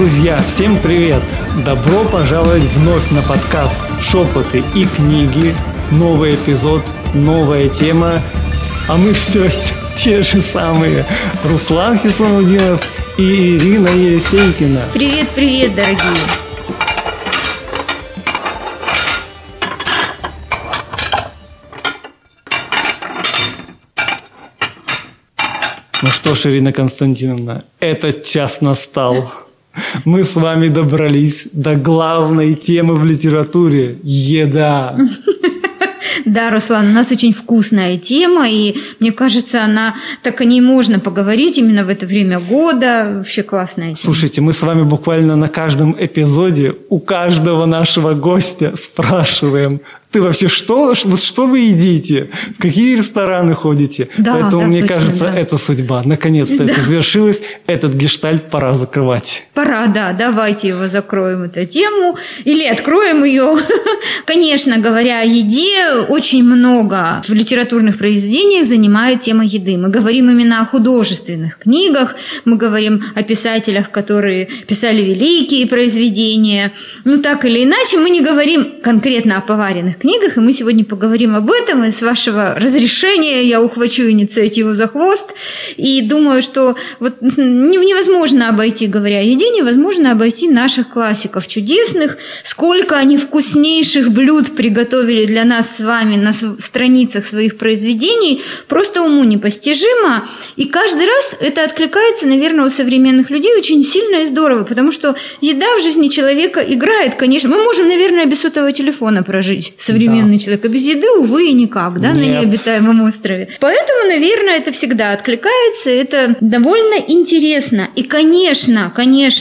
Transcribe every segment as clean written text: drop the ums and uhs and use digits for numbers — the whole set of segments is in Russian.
Друзья, всем привет! Добро пожаловать вновь на подкаст «Шепоты и книги». Новый эпизод, новая тема. А мы все те же самые. Руслан Хисамудинов и Ирина Елисейкина. Привет, дорогие! Ну что ж, Ирина Константиновна, этот час настал. Мы с вами добрались до главной темы в литературе – еда. Да, Руслан, у нас очень вкусная тема, и мне кажется, так о ней можно поговорить именно в это время года. Вообще классная тема. Слушайте, мы с вами буквально на каждом эпизоде у каждого нашего гостя спрашиваем: ты вообще что вы едите? В какие рестораны ходите? Да, поэтому, мне точно, кажется, да. это судьба. Наконец-то это завершилось. Этот гештальт пора закрывать. Пора, да, давайте его закроем, эту тему, или откроем ее. Конечно, говоря о еде, очень много в литературных произведениях занимает тема еды. Мы говорим именно о художественных книгах, мы говорим о писателях, которые писали великие произведения. Так или иначе, мы не говорим конкретно о поваренных книгах, и мы сегодня поговорим об этом, и с вашего разрешения я ухвачу инициативу за хвост, и думаю, что невозможно обойти, говоря о еде, невозможно обойти наших классиков чудесных, сколько они вкуснейших блюд приготовили для нас с вами на страницах своих произведений, просто уму непостижимо, и каждый раз это откликается, наверное, у современных людей очень сильно и здорово, потому что еда в жизни человека играет, конечно, мы можем, наверное, без сотового телефона прожить, современный человек, а без еды, увы, и никак, да, на необитаемом острове. Поэтому, наверное, это всегда откликается, это довольно интересно. И, конечно,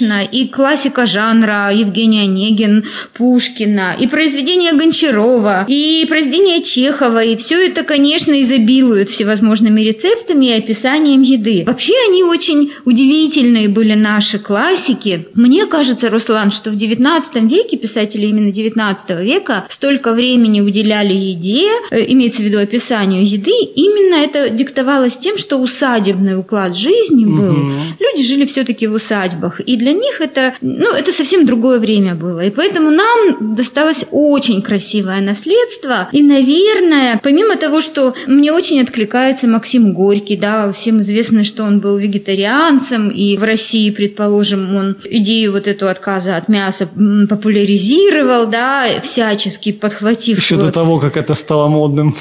и классика жанра Евгений Онегин, Пушкина, и произведения Гончарова, и произведения Чехова, и все это, конечно, изобилует всевозможными рецептами и описанием еды. Вообще, они очень удивительные были, наши классики. Мне кажется, Руслан, что в XIX веке, писатели именно XIX века, столько времени уделяли еде, имеется в виду описанию еды, именно это диктовалось тем, что усадебный уклад жизни был. Люди жили все-таки в усадьбах, и для них это совсем другое время было. И поэтому нам досталось очень красивое наследство. И, наверное, помимо того, что мне очень откликается Максим Горький, да, всем известно, что он был вегетарианцем, и в России, предположим, он идею эту отказа от мяса популяризировал, да, всячески подхватив. Еще до того, как это стало модным.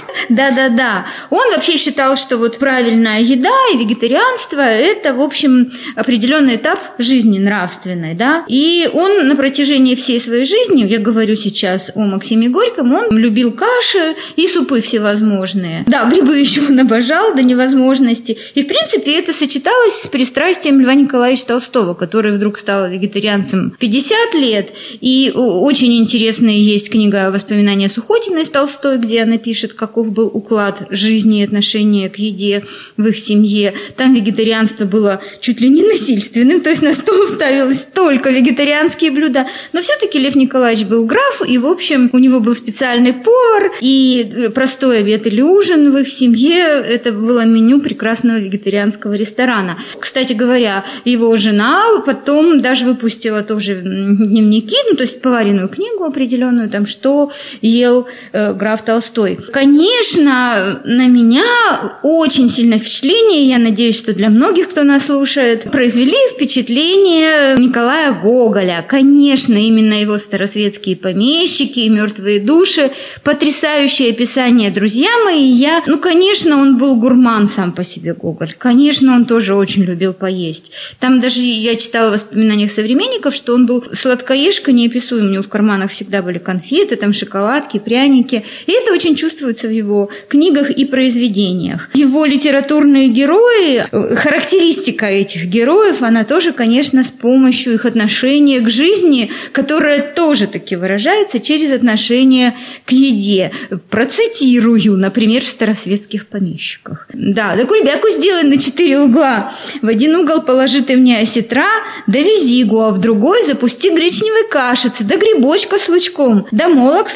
Да. Он вообще считал, что правильная еда и вегетарианство – это, в общем, определенный этап жизни нравственной, да. И он на протяжении всей своей жизни, я говорю сейчас о Максиме Горьком, он любил каши и супы всевозможные. Да, грибы еще он обожал до невозможности. И, в принципе, это сочеталось с пристрастием Льва Николаевича Толстого, который вдруг стал вегетарианцем в 50 лет. И очень интересная есть книга «Воспоминания Сухотиной» с Толстой, где она пишет, каков был уклад жизни и отношения к еде в их семье. Там вегетарианство было чуть ли не насильственным, то есть на стол ставилось только вегетарианские блюда. Но все-таки Лев Николаевич был граф, и, в общем, у него был специальный повар, и простой обед или ужин в их семье – это было меню прекрасного вегетарианского ресторана. Кстати говоря, его жена потом даже выпустила тоже дневники, то есть поваренную книгу определенную, там, что ел граф Толстой. Конечно, на меня очень сильное впечатление, я надеюсь, что для многих, кто нас слушает, произвели впечатление Николая Гоголя. Конечно, именно его «Старосветские помещики» и «Мертвые души». Потрясающее описание, друзья мои. Конечно, он был гурман сам по себе, Гоголь. Конечно, он тоже очень любил поесть. Там даже я читала в воспоминаниях современников, что он был сладкоежка неописуем. У него в карманах всегда были конфеты, там шоколадки, пряники. И это очень чувствуется в его книгах и произведениях. Его литературные герои, характеристика этих героев, она тоже, конечно, с помощью их отношения к жизни, которое тоже таки выражается через отношение к еде. Процитирую, например, в «Старосветских помещиках». Да кульбяку сделай на 4 угла. В один угол положи ты мне осетра, да визигу, а в другой запусти гречневой кашицы, да грибочка с лучком, да молок сладких,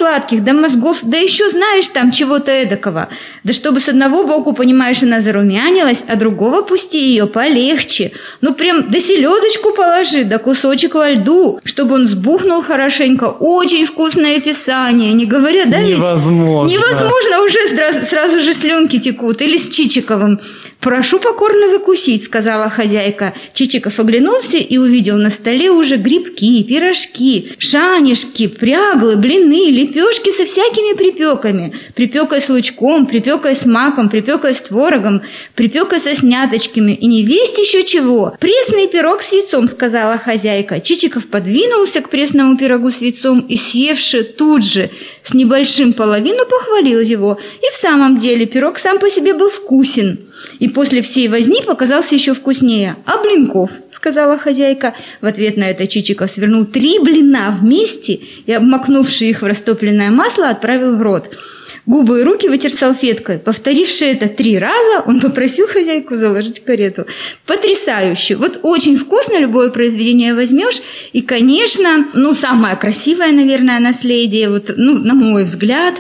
до мозгов, да еще знаешь там чего-то эдакого. Да чтобы с одного боку, понимаешь, она зарумянилась, а другого пусти ее полегче. Ну прям да селедочку положи, да кусочек во льду, чтобы он сбухнул хорошенько. Очень вкусное писание, не говоря, да ведь? Невозможно, уже сразу же слюнки текут. Или с Чичиковым. «Прошу покорно закусить», — сказала хозяйка. Чичиков оглянулся и увидел на столе уже грибки, пирожки, шанишки, пряглы, блины, лепешки со всякими припеками. Припекой с лучком, припекой с маком, припекой с творогом, припекой со сняточками и не весть еще чего. «Пресный пирог с яйцом», — сказала хозяйка. Чичиков подвинулся к пресному пирогу с яйцом и, съевши тут же с небольшим половину, похвалил его. И в самом деле пирог сам по себе был вкусен. И после всей возни показался еще вкуснее. «А блинков?» — сказала хозяйка. В ответ на это Чичиков свернул 3 блина вместе и, обмакнувши их в растопленное масло, отправил в рот. Губы и руки вытер салфеткой. Повторивши это 3 раза, он попросил хозяйку заложить в карету. Потрясающе! Вот очень вкусно любое произведение возьмешь. И, конечно, самое красивое, наверное, наследие, на мой взгляд,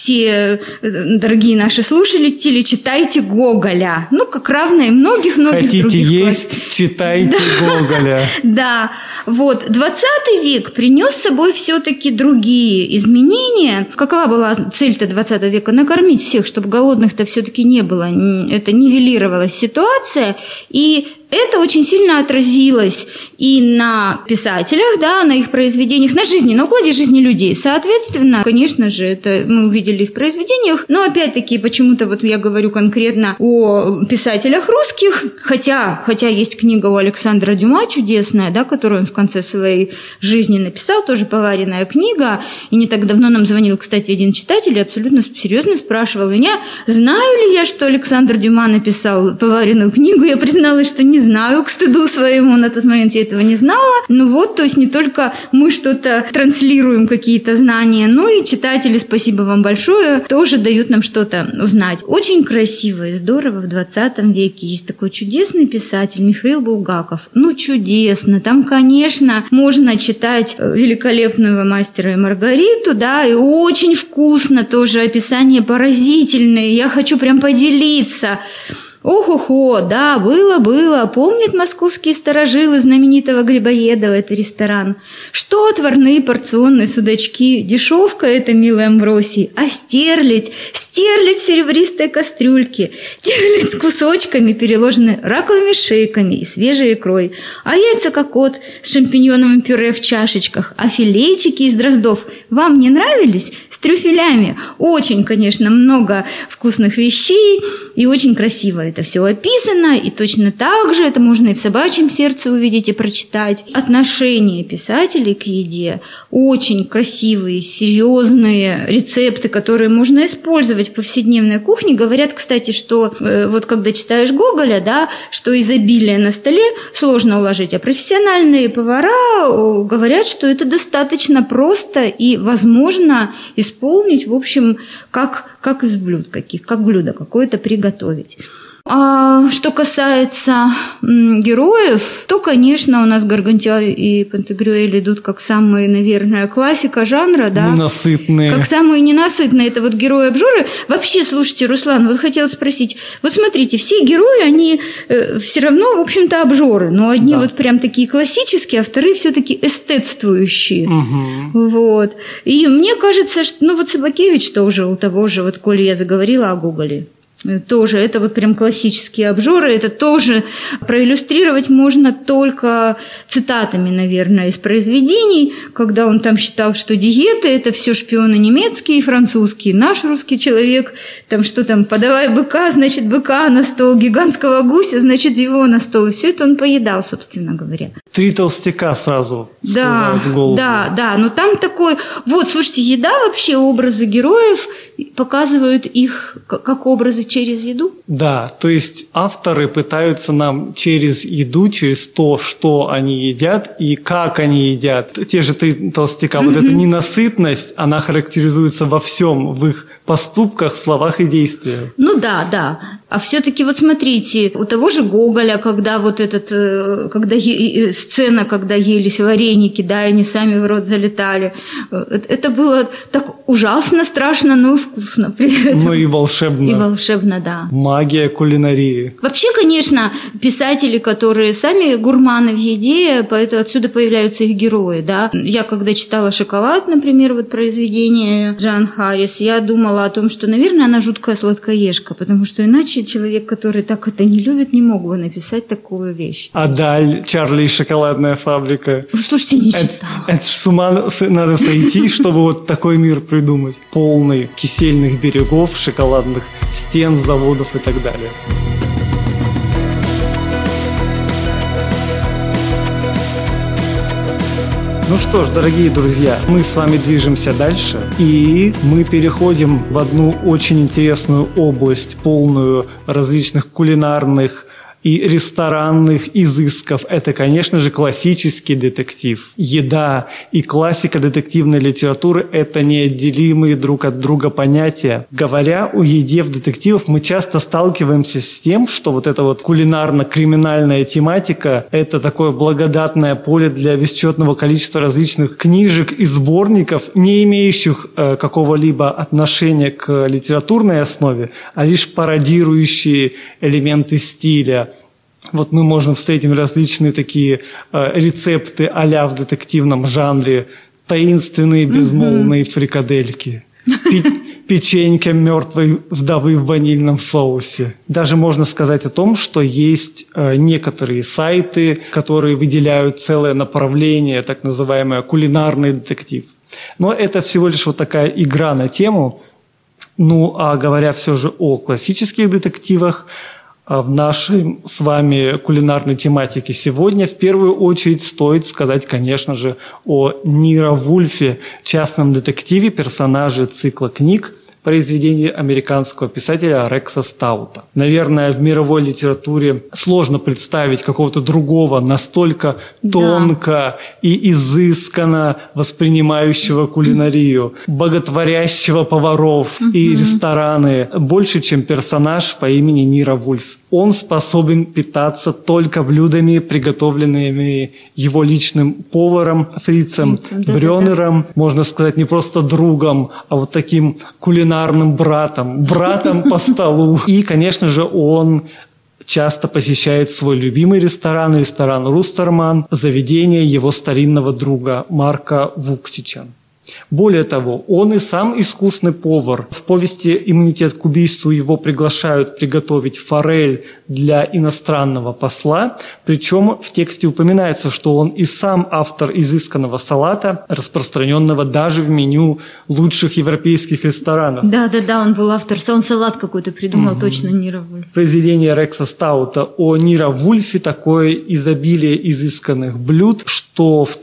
все дорогие наши слушатели, читайте Гоголя. Как равное многих-многих других. Хотите есть, читайте Гоголя. Да. 20 век принес с собой все-таки другие изменения. Какова была цель-то 20 века? Накормить всех, чтобы голодных-то все-таки не было. Это нивелировалась ситуация. И это очень сильно отразилось и на писателях, да, на их произведениях, на жизни, на укладе жизни людей. Соответственно, конечно же, это мы увидели в произведениях. Но опять-таки, почему-то я говорю конкретно о писателях русских, хотя есть книга у Александра Дюма чудесная, да, которую он в конце своей жизни написал, тоже поваренная книга. И не так давно нам звонил, кстати, один читатель и абсолютно серьезно спрашивал меня, знаю ли я, что Александр Дюма написал поваренную книгу. Я призналась, что не знаю, к стыду своему, на тот момент я этого не знала. То есть не только мы что-то транслируем, какие-то знания, но и читатели, спасибо вам большое, тоже дают нам что-то узнать. Очень красиво и здорово в 20 веке. Есть такой чудесный писатель Михаил Булгаков. Чудесно. Там, конечно, можно читать великолепного «Мастера и Маргариту», да, и очень вкусно тоже описание поразительное. Я хочу прям поделиться. Ох-охо, да, было. Помнят московские старожилы знаменитого Грибоедова, это ресторан. Что отварные порционные судачки, дешевка это, милый Амвросий, а стерлядь в серебристой кастрюльке, стерлядь с кусочками, переложены раковыми шейками и свежей икрой, а яйца кокот с шампиньоновым пюре в чашечках, а филейчики из дроздов вам не нравились? С трюфелями. Очень, конечно, много вкусных вещей и очень красиво это все описано, и точно так же это можно и в «Собачьем сердце» увидеть и прочитать. Отношение писателей к еде очень красивые, серьезные рецепты, которые можно использовать в повседневной кухне. Говорят, кстати, что когда читаешь Гоголя, да, что изобилие на столе сложно уложить, а профессиональные повара говорят, что это достаточно просто и возможно исполнить, в общем, как из блюд каких, как блюдо какое-то приготовить. А что касается героев, то, конечно, у нас Гаргантюа и Пантагрюэль идут как самые, наверное, классика жанра, да? Ненасытные. Как самые ненасытные. Это герои-обжоры. Вообще, слушайте, Руслан, хотела спросить. Смотрите, все герои, они все равно, в общем-то, обжоры. Но одни прям такие классические, а вторые все-таки эстетствующие. Угу. И мне кажется, что, Собакевич тоже у того же, коль я заговорила о Гоголе. Тоже это прям классические обжоры, это тоже проиллюстрировать можно только цитатами, наверное, из произведений, когда он там считал, что диеты – это все шпионы немецкие и французские, наш русский человек, подавай быка, значит, быка на стол, гигантского гуся, значит, его на стол, и все это он поедал, собственно говоря. 3 толстяка сразу всплывают в голову. Да, но там такой, слушайте, еда вообще, образы героев показывают их как образы через еду? Да, то есть авторы пытаются нам через еду, через то, что они едят и как они едят. Те же 3 толстяка, эта ненасытность, она характеризуется во всем, в их поступках, словах и действиях. Ну да. А все-таки вот смотрите, у того же Гоголя, когда вот сцена, когда елись вареники, да, и они сами в рот залетали, это было так ужасно, страшно, но и вкусно при этом. Ну и волшебно. И волшебно, да. Магия кулинарии. Вообще, конечно, писатели, которые сами гурманы в еде, поэтому отсюда появляются их герои, да. Я когда читала «Шоколад», например, вот произведение Джоан Харрис, я думала о том, что, наверное, она жуткая сладкоежка, потому что иначе человек, который так это не любит, не мог бы написать такую вещь. А «Даль», «Чарли и шоколадная фабрика». Слушайте, не читала. Это с ума надо сойти, чтобы вот такой мир придумать. Полный кисельных берегов, шоколадных стен, заводов и так далее. Ну что ж, дорогие друзья, мы с вами движемся дальше, и мы переходим в одну очень интересную область, полную различных кулинарных и ресторанных изысков. Это, конечно же, классический детектив. Еда и классика детективной литературы – это неотделимые друг от друга понятия. Говоря о еде в детективах, мы часто сталкиваемся с тем, что вот эта вот кулинарно-криминальная тематика – это такое благодатное поле для бесчетного количества различных книжек и сборников, не имеющих какого-либо отношения к литературной основе, а лишь пародирующие элементы стиля. Вот мы можем встретить различные такие рецепты а-ля в детективном жанре, таинственные безмолвные фрикадельки, печенька мертвой вдовы в ванильном соусе. Даже можно сказать о том, что есть некоторые сайты, которые выделяют целое направление, так называемое кулинарный детектив. Но это всего лишь вот такая игра на тему. Ну, а говоря все же о классических детективах, в нашей с вами кулинарной тематике сегодня в первую очередь стоит сказать, конечно же, о Ниро Вульфе, частном детективе, персонаже цикла книг, произведение американского писателя Рекса Стаута. Наверное, в мировой литературе сложно представить какого-то другого настолько тонко и изысканно воспринимающего кулинарию, боготворящего поваров и рестораны, больше, чем персонаж по имени Ниро Вульф. Он способен питаться только блюдами, приготовленными его личным поваром, фрицем Брёнером, можно сказать, не просто другом, а вот таким кулинарным братом по столу. И, конечно же, он часто посещает свой любимый ресторан «Рустерман», заведение его старинного друга Марка Вуктича. Более того, он и сам искусный повар. В повести «Иммунитет к убийству» его приглашают приготовить форель для иностранного посла, причем в тексте упоминается, что он и сам автор изысканного салата, распространенного даже в меню лучших европейских ресторанов. Да, он был автор, он салат какой-то придумал, точно, Ниро Вульф. Произведение Рекса Стаута о Ниро Вульфе такое изобилие изысканных блюд, что в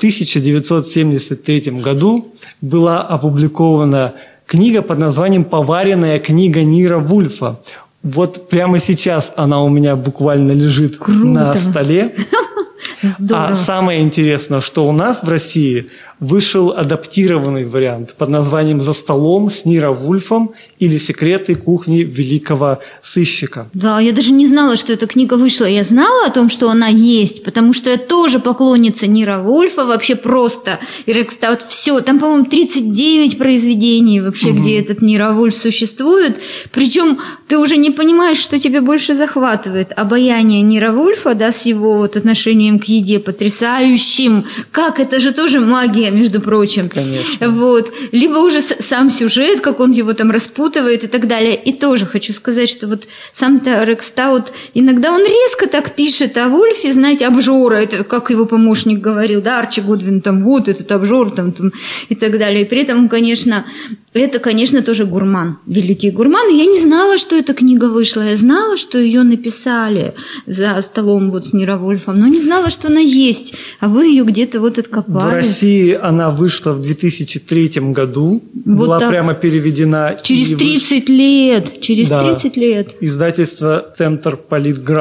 1973 году была опубликована книга под названием «Поваренная книга Ниро Вульфа». Вот прямо сейчас она у меня буквально лежит на столе. Здорово. А самое интересное, что у нас в России вышел адаптированный вариант под названием «За столом с Ниро Вульфом» или «Секреты кухни великого сыщика». Да, я даже не знала, что эта книга вышла. Я знала о том, что она есть, потому что я тоже поклонница Ниро Вульфа, вообще просто. И Рекс Стаут, все, там, по-моему, 39 произведений вообще, где этот Ниро Вульф существует. Причем ты уже не понимаешь, что тебе больше захватывает. Обаяние Ниро Вульфа, да, с его вот отношением к еде потрясающим. Как, это же тоже магия, между прочим. Конечно. Вот. Либо уже сам сюжет, как он его там распутывает и так далее. И тоже хочу сказать, что вот сам-то Рекс Стаут, иногда он резко так пишет о Вульфе, знаете, обжора, это как его помощник говорил, да, Арчи Гудвин, там, вот этот обжор, там, и так далее. И при этом, конечно, это, конечно, тоже гурман, великий гурман. И я не знала, что эта книга вышла. Я знала, что ее написали за столом вот с Ниро Вульфом, но не знала, что она есть. А вы ее где-то вот откопали. В России она вышла в 2003 году. Вот была так. Прямо переведена. Через 30 лет. Через 30 лет. Издательство «Центр Политграф»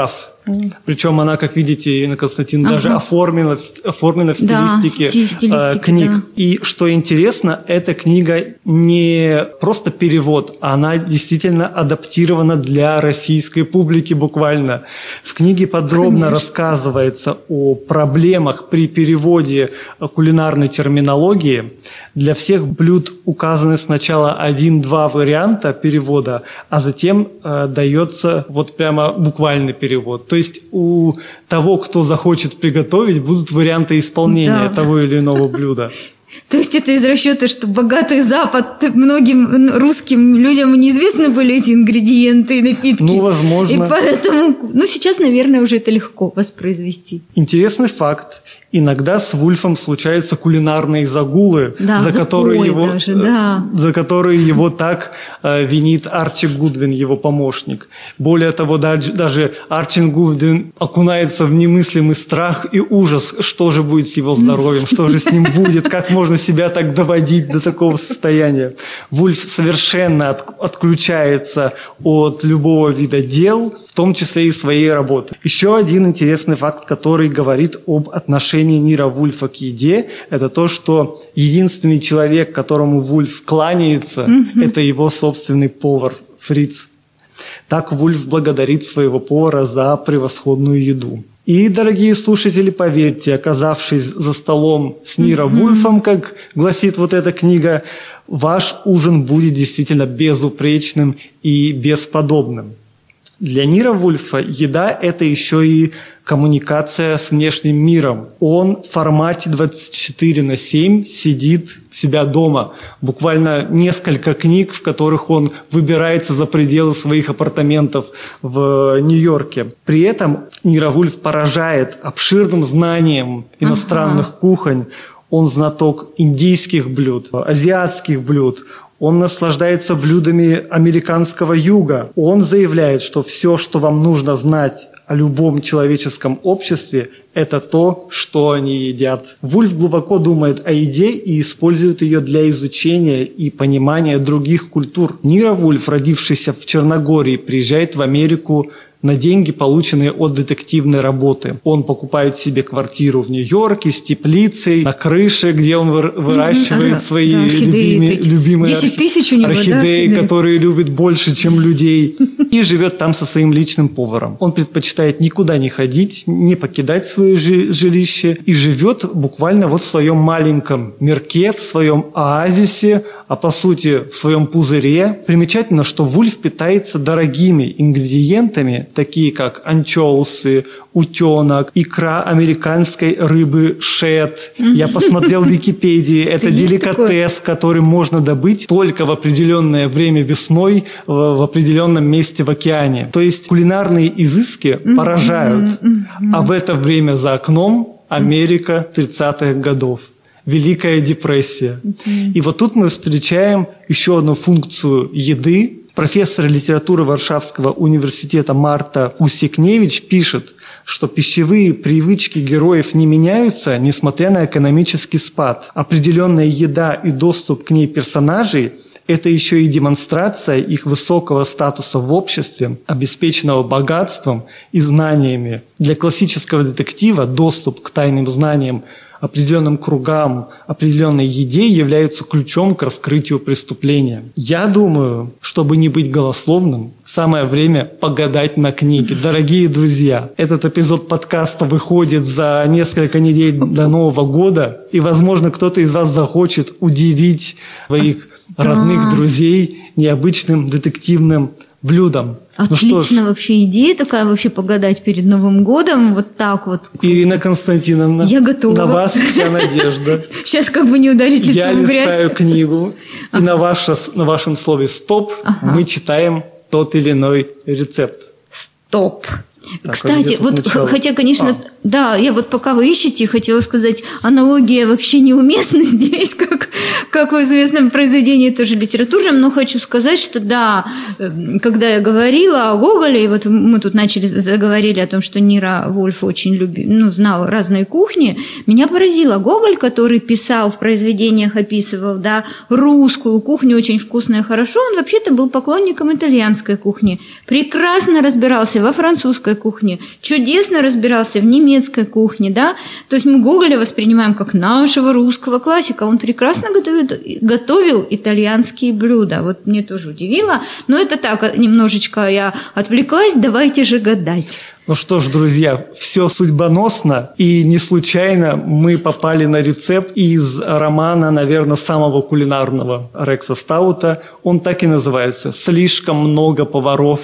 Причем она, как видите, Ирина Константиновна, даже оформлена в стилистике книг. Да. И что интересно, эта книга не просто перевод, она действительно адаптирована для российской публики буквально. В книге подробно рассказывается о проблемах при переводе кулинарной терминологии. Для всех блюд указаны сначала 1-2 варианта перевода, а затем дается вот прямо буквальный перевод. То есть у того, кто захочет приготовить, будут варианты исполнения того или иного блюда. То есть это из расчета, что богатый Запад, многим русским людям неизвестны были эти ингредиенты и напитки. Ну, возможно. И поэтому, сейчас, наверное, уже это легко воспроизвести. Интересный факт. Иногда с Вульфом случаются кулинарные загулы, за которые его так винит Арчи Гудвин, его помощник. Более того, даже Арчи Гудвин окунается в немыслимый страх и ужас, что же будет с его здоровьем, что же с ним будет, как можно себя так доводить до такого состояния. Вульф совершенно отключается от любого вида дел, в том числе и своей работы. Еще один интересный факт, который говорит об отношении Ниро Вульфа к еде, это то, что единственный человек, которому Вульф кланяется, это его собственный повар Фриц. Так Вульф благодарит своего повара за превосходную еду. И, дорогие слушатели, поверьте, оказавшись за столом с Ниро Вульфом, как гласит вот эта книга, ваш ужин будет действительно безупречным и бесподобным. Для Ниро Вульфа еда – это еще и коммуникация с внешним миром. Он в формате 24/7 сидит у себя дома. Буквально несколько книг, в которых он выбирается за пределы своих апартаментов в Нью-Йорке. При этом Ниро Вульф поражает обширным знанием иностранных кухонь. Он знаток индийских блюд, азиатских блюд. Он наслаждается блюдами американского юга. Он заявляет, что все, что вам нужно знать о любом человеческом обществе, это то, что они едят. Вульф глубоко думает о еде и использует ее для изучения и понимания других культур. Ниро Вульф, родившийся в Черногории, приезжает в Америку на деньги, полученные от детективной работы. Он покупает себе квартиру в Нью-Йорке с теплицей на крыше, где он выращивает свои любимые 10 тысяч у него, орхидеи, которые любит больше, чем людей, и живет там со своим личным поваром. Он предпочитает никуда не ходить, не покидать свое жилище и живет буквально вот в своем маленьком мирке, в своем оазисе, а по сути в своем пузыре. Примечательно, что Вульф питается дорогими ингредиентами, такие как анчоусы, утенок, икра американской рыбы шет. Я посмотрел в Википедии. Это деликатес, который можно добыть только в определенное время весной в определенном месте в океане. То есть кулинарные изыски поражают. А в это время за окном Америка 30-х годов. Великая депрессия. И вот тут мы встречаем еще одну функцию еды. Профессор литературы Варшавского университета Марта Усикневич пишет, что пищевые привычки героев не меняются, несмотря на экономический спад. Определенная еда и доступ к ней персонажей – это еще и демонстрация их высокого статуса в обществе, обеспеченного богатством и знаниями. Для классического детектива доступ к тайным знаниям, определенным кругам, определенной еде являются ключом к раскрытию преступления. Я думаю, чтобы не быть голословным, самое время погадать на книге. Дорогие друзья, этот эпизод подкаста выходит за несколько недель до Нового года, и, возможно, кто-то из вас захочет удивить своих родных друзей необычным детективным блюдом. Отлично, вообще идея такая, вообще погадать перед Новым годом, вот так вот. Ирина Константиновна, я готова. На вас вся надежда. Сейчас как бы не ударить лицом в грязь. Я листаю книгу, и на вашем слове «стоп» мы читаем тот или иной рецепт. Стоп. Так, кстати, вот хотя, конечно, Да, я вот пока вы ищете, хотела сказать, аналогия вообще неуместна здесь, как в известном произведении тоже литературном, но хочу сказать, что да, когда я говорила о Гоголе, и вот мы тут заговорили о том, что Нира Вульф очень знал разные кухни, меня поразило. Гоголь, который писал в произведениях, описывал, да, русскую кухню, очень вкусная, хорошо, он вообще-то был поклонником итальянской кухни, прекрасно разбирался во французской кухне, чудесно разбирался в немецкой кухне, да, то есть мы Гоголя воспринимаем как нашего русского классика, он прекрасно готовил итальянские блюда, вот мне тоже удивило, но это так, немножечко я отвлеклась, давайте же гадать. Ну что ж, друзья, все судьбоносно, и не случайно мы попали на рецепт из романа, наверное, самого кулинарного Рекса Стаута. Он так и называется «Слишком много поваров».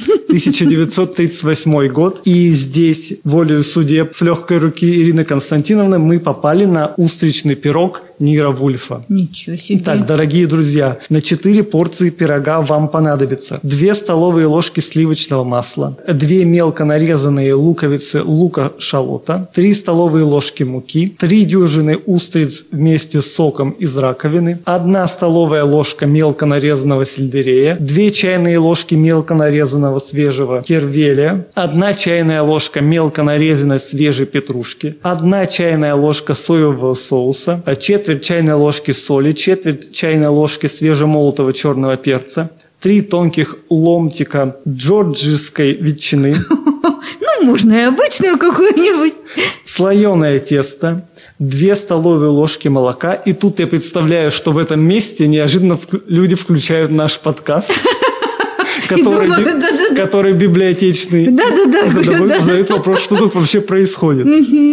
1938 год. И здесь, волею судеб, с легкой руки Ирины Константиновны, мы попали на устричный пирог Нира Вульфа. Ничего себе. Итак, дорогие друзья, на 4 порции пирога вам понадобится 2 столовые ложки сливочного масла, 2 мелко нарезанные луковицы лука-шалота, 3 столовые ложки муки, 3 дюжины устриц вместе с соком из раковины, 1 столовая ложка мелко нарезанного сельдерея, 2 чайные ложки мелко нарезанного свежего кервеля, 1 чайная ложка мелко нарезанной свежей петрушки, 1 чайная ложка соевого соуса, четверть чайной ложки соли, четверть чайной ложки свежемолотого черного перца, 3 тонких ломтика джорджской ветчины. Ну, можно и обычную какую-нибудь. Слоеное тесто, 2 столовые ложки молока. И тут я представляю, что в этом месте неожиданно люди включают наш подкаст, который библиотечный. Задают вопрос, что тут вообще происходит.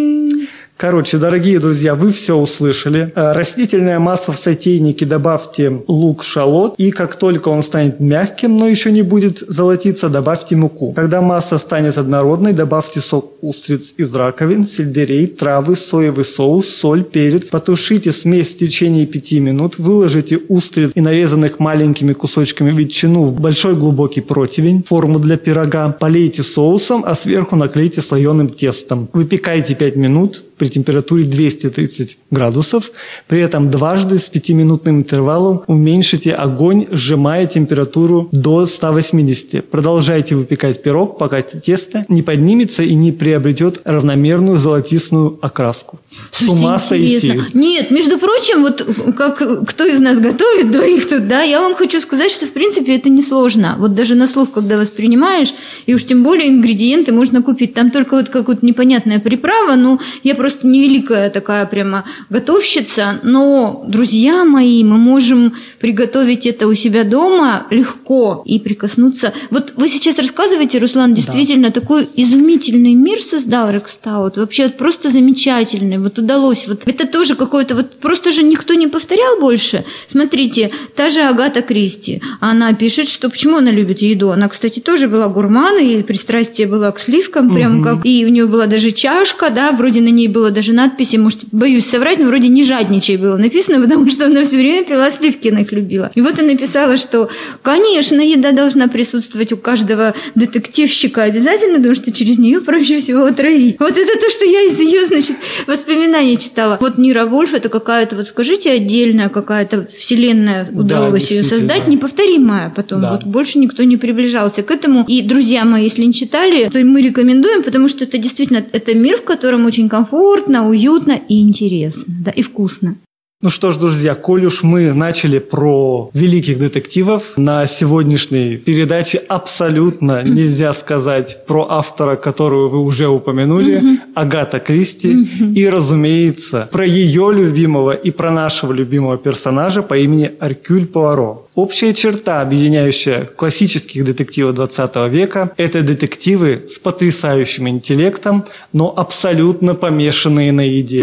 Короче, дорогие друзья, вы все услышали. Растительная масса в сотейнике добавьте лук-шалот, и как только он станет мягким, но еще не будет золотиться, добавьте муку. Когда масса станет однородной, добавьте сок устриц из раковин, сельдерей, травы, соевый соус, соль, перец. Потушите смесь в течение 5 минут, выложите устриц и нарезанных маленькими кусочками ветчину в большой глубокий противень, форму для пирога, полейте соусом, а сверху наклейте слоеным тестом. Выпекайте 5 минут при температуре 230 градусов. При этом дважды с 5-минутным интервалом уменьшите огонь, сжимая температуру до 180. Продолжайте выпекать пирог, пока тесто не поднимется и не приобретет равномерную золотистую окраску. Слушайте, с ума сойти. Нет, между прочим, вот как кто из нас готовит двоих тут, да, я вам хочу сказать, что в принципе это несложно. Вот даже на слух, когда воспринимаешь, и уж тем более ингредиенты можно купить. Там только вот какая-то непонятная приправа, ну, я просто невеликая такая прямо готовщица, но, друзья мои, мы можем приготовить это у себя дома легко и прикоснуться. Вот вы сейчас рассказываете, Руслан, действительно, да, такой изумительный мир создал Рекс Стаут, вообще просто замечательный. Вот удалось. Вот это тоже какое-то... Вот просто же никто не повторял больше. Смотрите, та же Агата Кристи, она пишет, что... Почему она любит еду? Она, кстати, тоже была гурман, и пристрастие было к сливкам, прям как... И у нее была даже чашка, да, вроде на ней было даже надписи, может, боюсь соврать, но вроде «не жадничай» было написано, потому что она все время пила сливки, она их любила. И вот она написала, что, конечно, еда должна присутствовать у каждого детективщика обязательно, потому что через нее проще всего отравить. Вот это то, что я из ее, значит, воспоминаний читала. Вот Нира Вульф – это какая-то, вот скажите, отдельная какая-то вселенная удалось ее создать, неповторимая потом. Да. Вот больше никто не приближался к этому. И, друзья мои, если не читали, то мы рекомендуем, потому что это действительно это мир, в котором очень комфортно, уютно и интересно, да, и вкусно. Ну что ж, друзья, коль уж мы начали про великих детективов, на сегодняшней передаче абсолютно нельзя сказать про автора, которую вы уже упомянули, Агата Кристи, и, разумеется, про ее любимого и про нашего любимого персонажа по имени Эркюль Пуаро. Общая черта, объединяющая классических детективов 20 века, это детективы с потрясающим интеллектом, но абсолютно помешанные на еде.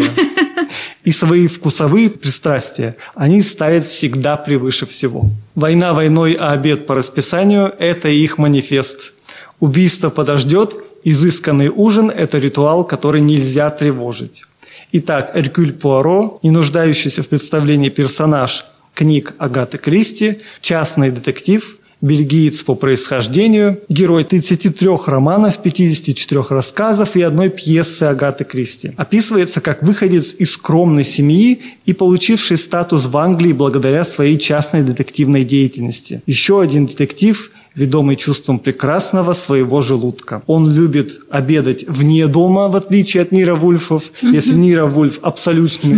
И свои вкусовые пристрастия они ставят всегда превыше всего. Война войной, а обед по расписанию – это их манифест. Убийство подождет, изысканный ужин – это ритуал, который нельзя тревожить. Итак, Эркюль Пуаро, не нуждающийся в представлении персонаж книг Агаты Кристи, частный детектив, бельгиец по происхождению, герой 33 романов, 54 рассказов и одной пьесы Агаты Кристи. Описывается как выходец из скромной семьи и получивший статус в Англии благодаря своей частной детективной деятельности. Еще один детектив, ведомый чувством прекрасного своего желудка. Он любит обедать вне дома, в отличие от Ниро Вульфов. Если Ниро Вульф абсолютный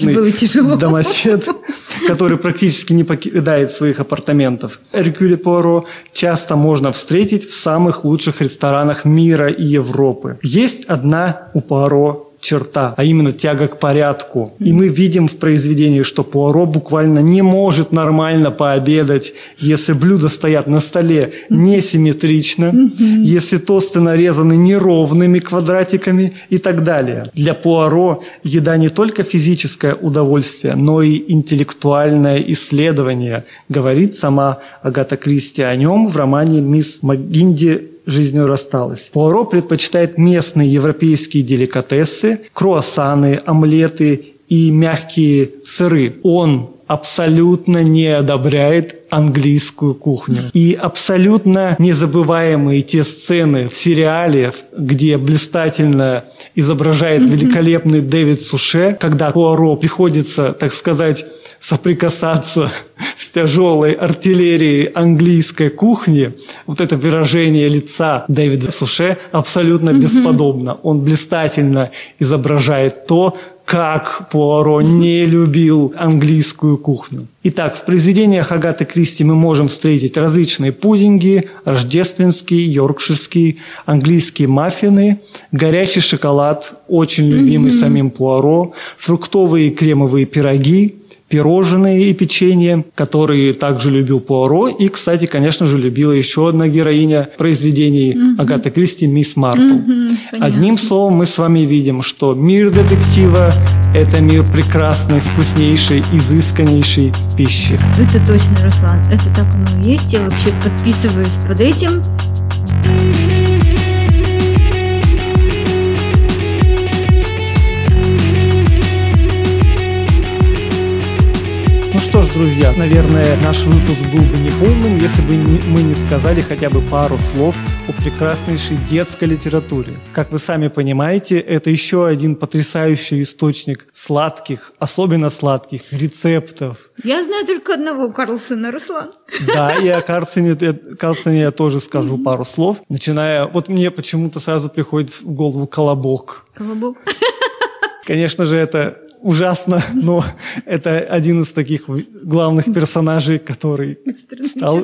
домосед, который практически не покидает своих апартаментов. Эркюля Пуаро часто можно встретить в самых лучших ресторанах мира и Европы. Есть одна у Пуаро черта, а именно тяга к порядку. И мы видим в произведении, что Пуаро буквально не может нормально пообедать, если блюда стоят на столе несимметрично, если тосты нарезаны неровными квадратиками и так далее. Для Пуаро еда не только физическое удовольствие, но и интеллектуальное исследование, говорит сама Агата Кристи о нем в романе «Мисс МакГинди жизнью рассталась». Пуаро предпочитает местные европейские деликатесы, круассаны, омлеты и мягкие сыры. Он абсолютно не одобряет английскую кухню. И абсолютно незабываемые те сцены в сериале, где блистательно изображает великолепный Дэвид Суше, когда Пуаро приходится, так сказать, соприкасаться с тяжелой артиллерией английской кухни, вот это выражение лица Дэвида Суше абсолютно бесподобно. Он блистательно изображает то, как Пуаро не любил английскую кухню. Итак, в произведениях Агаты Кристи мы можем встретить различные пудинги, рождественские, йоркширские, английские маффины, горячий шоколад, очень любимый самим Пуаро, фруктовые и кремовые пироги, пирожные и печенье, которые также любил Пуаро. И, кстати, конечно же, любила еще одна героиня произведений Агаты Кристи, мисс Марпл. Одним словом, мы с вами видим, что мир детектива – это мир прекрасной, вкуснейшей, изысканнейшей пищи. Это точно, Руслан. Это так оно и есть. Я вообще подписываюсь под этим. Ну что ж, друзья, наверное, наш выпуск был бы неполным, если бы мы не сказали хотя бы пару слов о прекраснейшей детской литературе. Как вы сами понимаете, это еще один потрясающий источник сладких, особенно сладких рецептов. Я знаю только одного Карлсона, Руслан. Да, и о Карлсоне я тоже скажу пару слов. Начиная, вот мне почему-то сразу приходит в голову «Колобок». Колобок? Конечно же, это ужасно, но это один из таких главных персонажей, который стал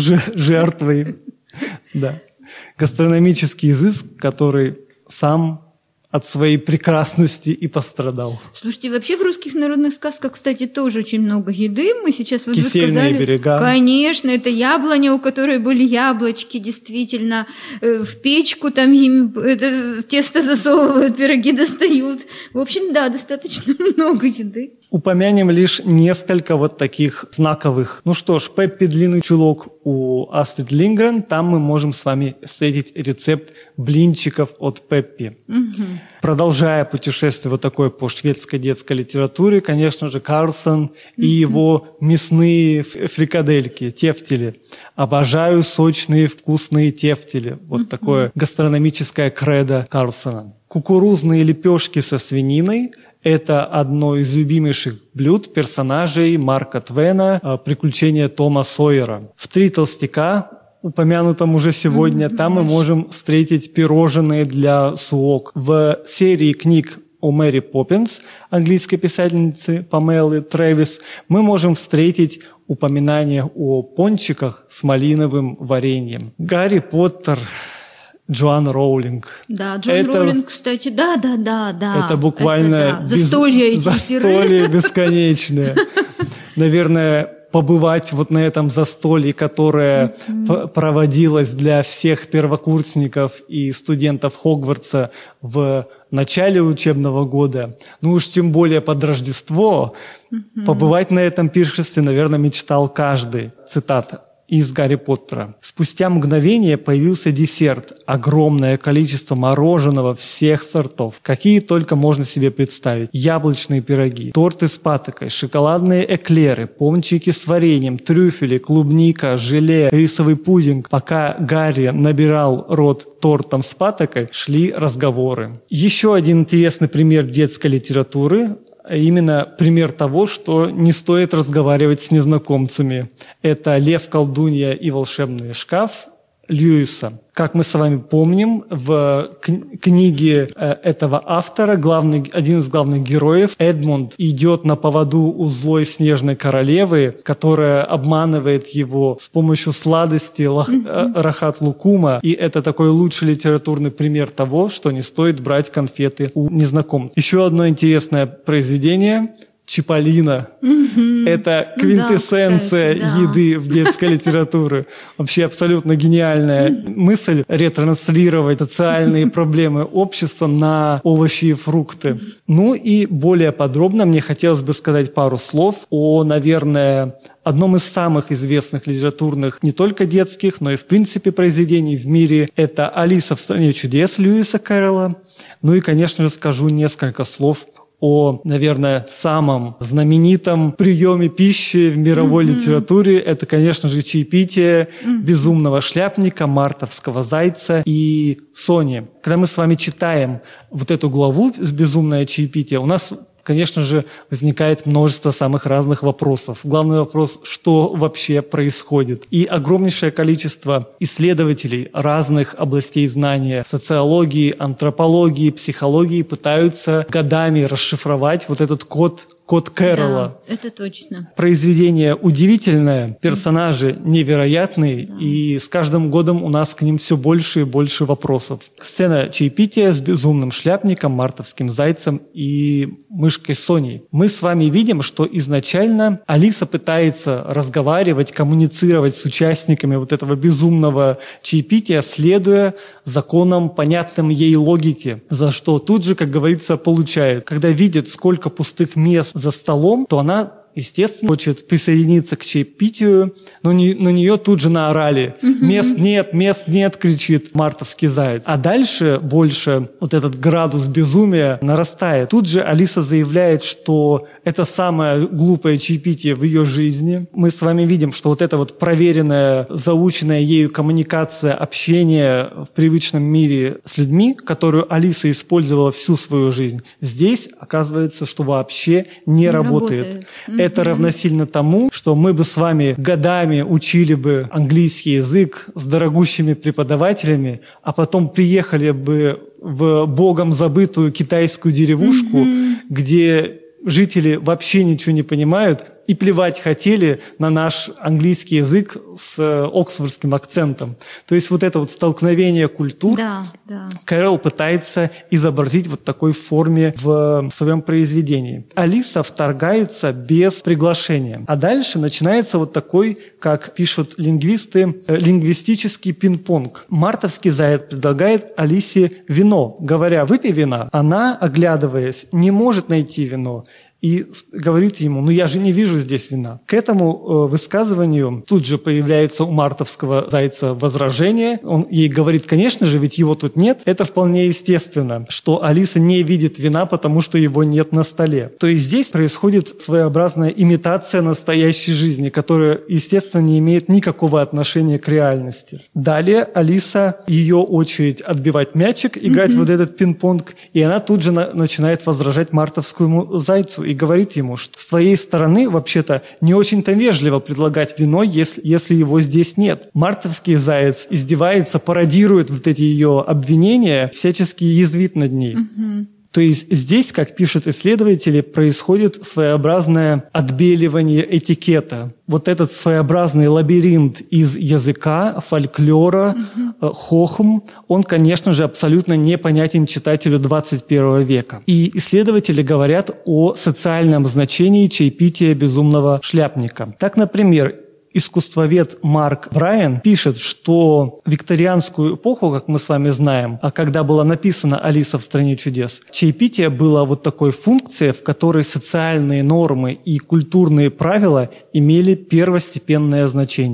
жертвой. Да. Гастрономический изыск, который сам от своей прекрасности и пострадал. Слушайте, вообще в русских народных сказках, кстати, тоже очень много еды. Мы сейчас вот Кисельные берега. Конечно, это яблоня, у которой были яблочки, действительно. В печку там им это тесто засовывают, пироги достают. В общем, да, достаточно много еды. Упомянем лишь несколько вот таких знаковых. Ну что ж, Пеппи длинный чулок у Астрид Линдгрен. Там мы можем с вами встретить рецепт блинчиков от Пеппи. Продолжая путешествие вот такое по шведской детской литературе, конечно же, Карлсон и его мясные фрикадельки, тефтели. Обожаю сочные вкусные тефтели. Вот такое гастрономическое кредо Карлсона. Кукурузные лепешки со свининой. Это одно из любимейших блюд персонажей Марка Твена «Приключения Тома Сойера». В «Три толстяка», упомянутом уже сегодня, там мы можем встретить пирожные для суок. В серии книг о Мэри Поппинс, английской писательницы Памелы Трэвис, мы можем встретить упоминание о пончиках с малиновым вареньем. Гарри Поттер, Джоан Роулинг. Да, Роулинг, кстати, да. Это буквально застолье бесконечное. Наверное, побывать вот на этом застолье, которое проводилось для всех первокурсников и студентов Хогвартса в начале учебного года, ну уж тем более под Рождество, побывать на этом пиршестве, наверное, мечтал каждый. Цитата из Гарри Поттера. Спустя мгновение появился десерт. Огромное количество мороженого всех сортов. Какие только можно себе представить. Яблочные пироги, торты с патокой, шоколадные эклеры, пончики с вареньем, трюфели, клубника, желе, рисовый пудинг. Пока Гарри набирал рот тортом с патокой, шли разговоры. Еще один интересный пример детской литературы. Именно пример того, что не стоит разговаривать с незнакомцами. Это «Лев, колдунья и волшебный шкаф» Льюиса. Как мы с вами помним, в книге этого автора один из главных героев, Эдмунд, идет на поводу у злой снежной королевы, которая обманывает его с помощью сладости Рахат Лукума. И это такой лучший литературный пример того, что не стоит брать конфеты у незнакомцев. Еще одно интересное произведение – Чиполлино. Это квинтэссенция еды в детской литературе. Вообще абсолютно гениальная мысль ретранслировать социальные проблемы общества на овощи и фрукты. Ну и более подробно мне хотелось бы сказать пару слов о, наверное, одном из самых известных литературных не только детских, но и в принципе произведений в мире. Это «Алиса в стране чудес» Льюиса Кэрролла. Ну и, конечно же, скажу несколько слов о, наверное, самом знаменитом приеме пищи в мировой литературе. Это, конечно же, чаепитие безумного шляпника, мартовского зайца и Сони. Когда мы с вами читаем вот эту главу с «Безумное чаепитие», у нас, конечно же, возникает множество самых разных вопросов. Главный вопрос, что вообще происходит. И огромнейшее количество исследователей разных областей знания, социологии, антропологии, психологии пытаются годами расшифровать вот этот код Кэрролла. Да, это точно. Произведение удивительное, персонажи невероятные, и с каждым годом у нас к ним все больше и больше вопросов. Сцена чаепития с безумным шляпником, мартовским зайцем и мышкой Соней. Мы с вами видим, что изначально Алиса пытается разговаривать, коммуницировать с участниками вот этого безумного чаепития, следуя законам, понятным ей логике, за что тут же, как говорится, получает. Когда видит, сколько пустых мест за столом, то она, естественно, хочет присоединиться к чаепитию, но на нее тут же наорали. Мест нет, кричит мартовский заяц. А дальше больше вот этот градус безумия нарастает. Тут же Алиса заявляет, что это самое глупое чаепитие в ее жизни. Мы с вами видим, что вот эта вот проверенная, заученная ею коммуникация, общение в привычном мире с людьми, которую Алиса использовала всю свою жизнь, здесь оказывается, что вообще не работает. Это равносильно тому, что мы бы с вами годами учили бы английский язык с дорогущими преподавателями, а потом приехали бы в богом забытую китайскую деревушку, где жители вообще ничего не понимают и плевать хотели на наш английский язык с оксфордским акцентом. То есть вот это вот столкновение культур Кэрролл пытается изобразить вот такой форме в своем произведении. Алиса вторгается без приглашения. А дальше начинается вот такой, как пишут лингвисты, лингвистический пинг-понг. Мартовский заяц предлагает Алисе вино, говоря: «Выпей вина». Она, оглядываясь, не может найти вино. И говорит ему: «Ну я же не вижу здесь вина». К этому высказыванию тут же появляется у мартовского зайца возражение. Он ей говорит: конечно же, ведь его тут нет. Это вполне естественно, что Алиса не видит вина, потому что его нет на столе. То есть здесь происходит своеобразная имитация настоящей жизни, которая, естественно, не имеет никакого отношения к реальности. Далее Алиса, ее очередь отбивать мячик, играть вот этот пинг-понг, и она тут же начинает возражать мартовскому зайцу и говорит ему, что с твоей стороны вообще-то не очень-то вежливо предлагать вино, если его здесь нет. Мартовский заяц издевается, пародирует вот эти ее обвинения, всячески язвит над ней. То есть здесь, как пишут исследователи, происходит своеобразное отбеливание этикета. Вот этот своеобразный лабиринт из языка, фольклора, хохм, он, конечно же, абсолютно непонятен читателю 21 века. И исследователи говорят о социальном значении чаепития безумного шляпника. Так, например, искусствовед Марк Брайан пишет, что в викторианскую эпоху, как мы с вами знаем, а когда была написана «Алиса в стране чудес», чаепитие было вот такой функцией, в которой социальные нормы и культурные правила имели первостепенное значение.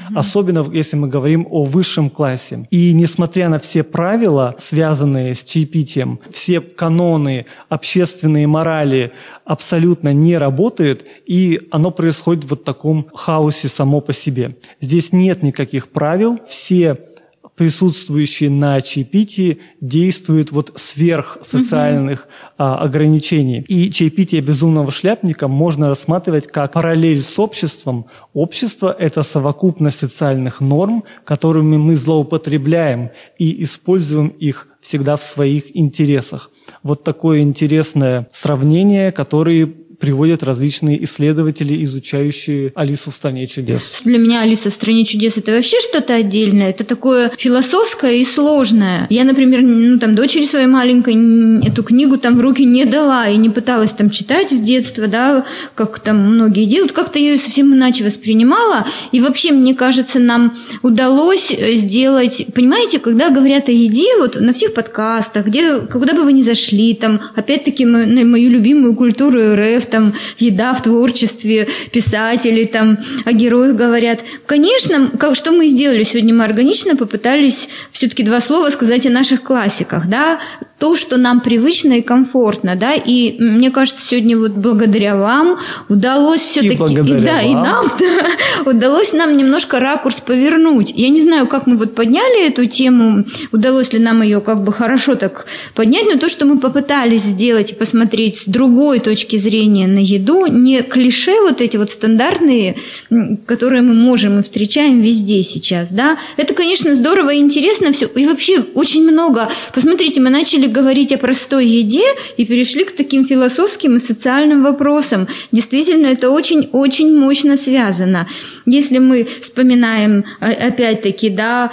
особенно если мы говорим о высшем классе. И несмотря на все правила, связанные с чаепитием, все каноны, общественные морали абсолютно не работают, и оно происходит в вот таком хаосе само по себе. Здесь нет никаких правил, все присутствующие на чаепитии действуют вот сверх социальных ограничений. И чаепитие безумного шляпника можно рассматривать как параллель с обществом. Общество – это совокупность социальных норм, которыми мы злоупотребляем и используем их всегда в своих интересах. Вот такое интересное сравнение, которое приводят различные исследователи, изучающие «Алису в стране чудес». Для меня «Алиса в стране чудес» – это вообще что-то отдельное. Это такое философское и сложное. Я, например, дочери своей маленькой эту книгу в руки не дала и не пыталась читать с детства, да, как многие делают. Как-то я ее совсем иначе воспринимала. И вообще, мне кажется, нам удалось сделать… Понимаете, когда говорят о еде, на всех подкастах, куда бы вы ни зашли, опять-таки, на мою любимую культуру РФ, еда в творчестве, писатели, о героях говорят. Конечно, что мы сделали сегодня? Мы органично попытались все-таки 2 слова сказать о наших классиках, да, то, что нам привычно и комфортно, да, и мне кажется, сегодня благодаря вам удалось все-таки, и нам, удалось нам немножко ракурс повернуть. Я не знаю, как мы подняли эту тему, удалось ли нам ее хорошо так поднять, но то, что мы попытались сделать и посмотреть с другой точки зрения на еду, не клише эти стандартные, которые мы можем и встречаем везде сейчас, да, это, конечно, здорово и интересно все, и вообще очень много. Посмотрите, мы начали говорить о простой еде и перешли к таким философским и социальным вопросам. Действительно, это очень-очень мощно связано. Если мы вспоминаем, опять-таки, да,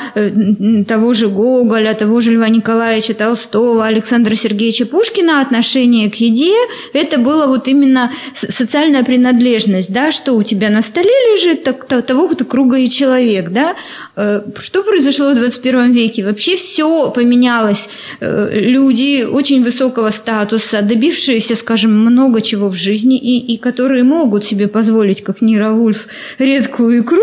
того же Гоголя, того же Льва Николаевича Толстого, Александра Сергеевича Пушкина, отношение к еде, это было именно социальная принадлежность, да, что у тебя на столе лежит, того-то круга и человек, да. Что произошло в 21 веке? Вообще все поменялось. Люди очень высокого статуса, добившиеся, скажем, много чего в жизни и которые могут себе позволить, как Нира Вульф, редкую икру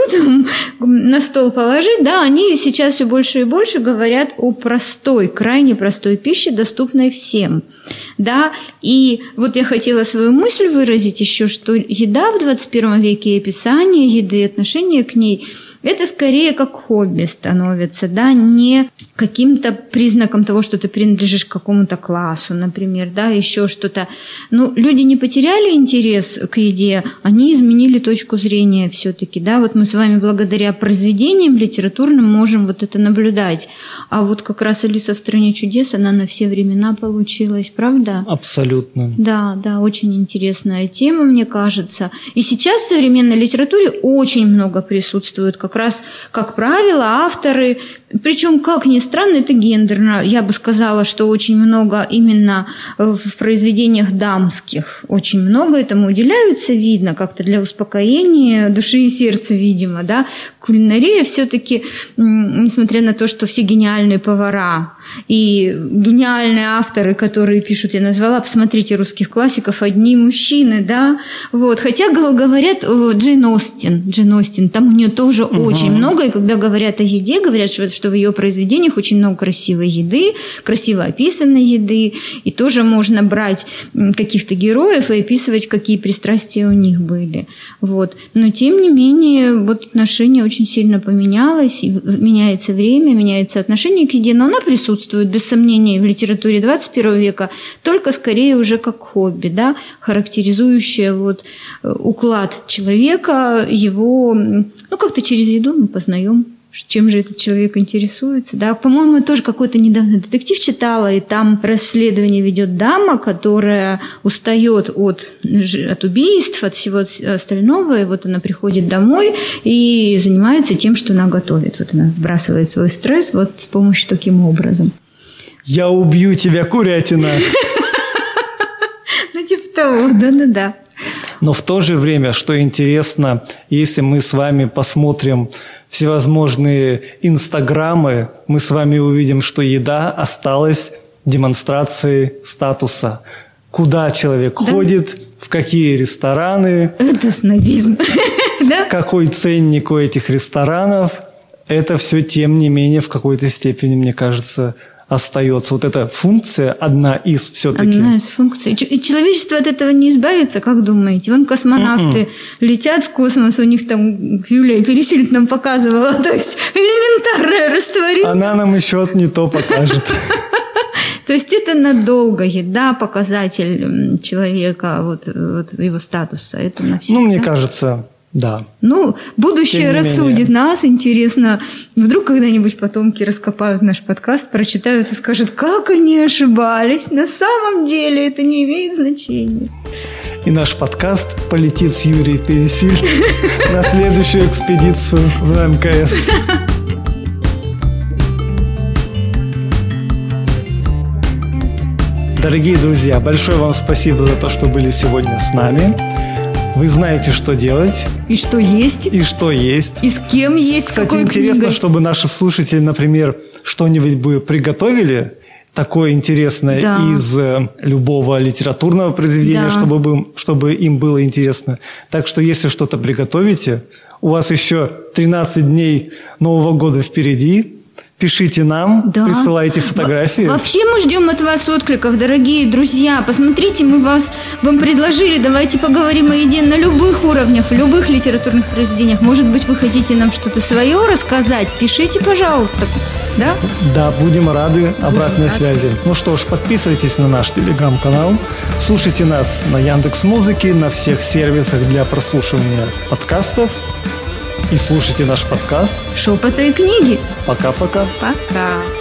на стол положить, да, они сейчас все больше и больше говорят о простой, крайне простой пище, доступной всем. Да, и я хотела свою мысль выразить еще, что еда в 21 веке и описание еды, отношение к ней – это скорее как хобби становится, да, не каким-то признаком того, что ты принадлежишь к какому-то классу, например, да, еще что-то. Люди не потеряли интерес к еде, они изменили точку зрения все-таки, да, мы с вами благодаря произведениям литературным можем это наблюдать. А как раз «Алиса в стране чудес», она на все времена получилась, правда? Абсолютно. Да, очень интересная тема, мне кажется. И сейчас в современной литературе очень много присутствует как раз, как правило, авторы, причем, как ни странно, это гендерно. Я бы сказала, что очень много именно в произведениях дамских, очень много этому уделяются, видно, как-то для успокоения души и сердца, видимо, да. Кулинария все-таки, несмотря на то, что все гениальные повара и гениальные авторы, которые пишут, я назвала, посмотрите, русских классиков, одни мужчины, да, хотя говорят, Джейн Остин, там у нее тоже очень много, и когда говорят о еде, говорят, что в ее произведениях очень много красивой еды, красиво описанной еды, и тоже можно брать каких-то героев и описывать, какие пристрастия у них были, но тем не менее, отношение очень сильно поменялось, и меняется время, меняется отношение к еде, но она присутствует, без сомнения, в литературе 21 века, только скорее уже как хобби, да, характеризующее уклад человека, его, как-то через еду мы познаем, чем же этот человек интересуется. Да? По-моему, тоже какой-то недавно детектив читала, и там расследование ведет дама, которая устает от убийств, от всего остального, и она приходит домой и занимается тем, что она готовит. Она сбрасывает свой стресс с помощью таким образом. Я убью тебя, курятина! Типа того, да-да-да. Но в то же время, что интересно, если мы с вами посмотрим всевозможные инстаграмы, мы с вами увидим, что еда осталась демонстрацией статуса. Куда человек ходит, в какие рестораны. Это снобизм. Да? какой ценник у этих ресторанов, это все, тем не менее, в какой-то степени, мне кажется, остается. Вот эта функция одна из все-таки. Одна из функций. И человечество от этого не избавится, как думаете? Вон космонавты летят в космос, у них там Юлия Пересильд нам показывала, то есть элементарное растворение. Она нам еще не то покажет. То есть это надолго еда, показатель человека, вот его статуса. Это навсегда. Мне кажется, да. Будущее рассудит нас. Интересно, вдруг когда-нибудь потомки раскопают наш подкаст, прочитают и скажут, как они ошибались. На самом деле это не имеет значения. И наш подкаст полетит с Юрией Пересильд на следующую экспедицию в МКС. Дорогие друзья, большое вам спасибо за то, что были сегодня с нами. Вы знаете, что делать. И что есть. И что есть. И с кем есть. Кстати, интересно, чтобы наши слушатели, например, что-нибудь бы приготовили такое интересное из любого литературного произведения, чтобы им было интересно. Так что, если что-то приготовите, у вас еще 13 дней Нового года впереди. Пишите нам, присылайте фотографии. Вообще мы ждем от вас откликов, дорогие друзья. Посмотрите, мы вам предложили, давайте поговорим о еде на любых уровнях, в любых литературных произведениях. Может быть, вы хотите нам что-то свое рассказать? Пишите, пожалуйста. Да? Да, будем рады обратной связи. Ну что ж, подписывайтесь на наш телеграм-канал, слушайте нас на Яндекс.Музыке, на всех сервисах для прослушивания подкастов. И слушайте наш подкаст «Шепоты и книги». Пока-пока. Пока.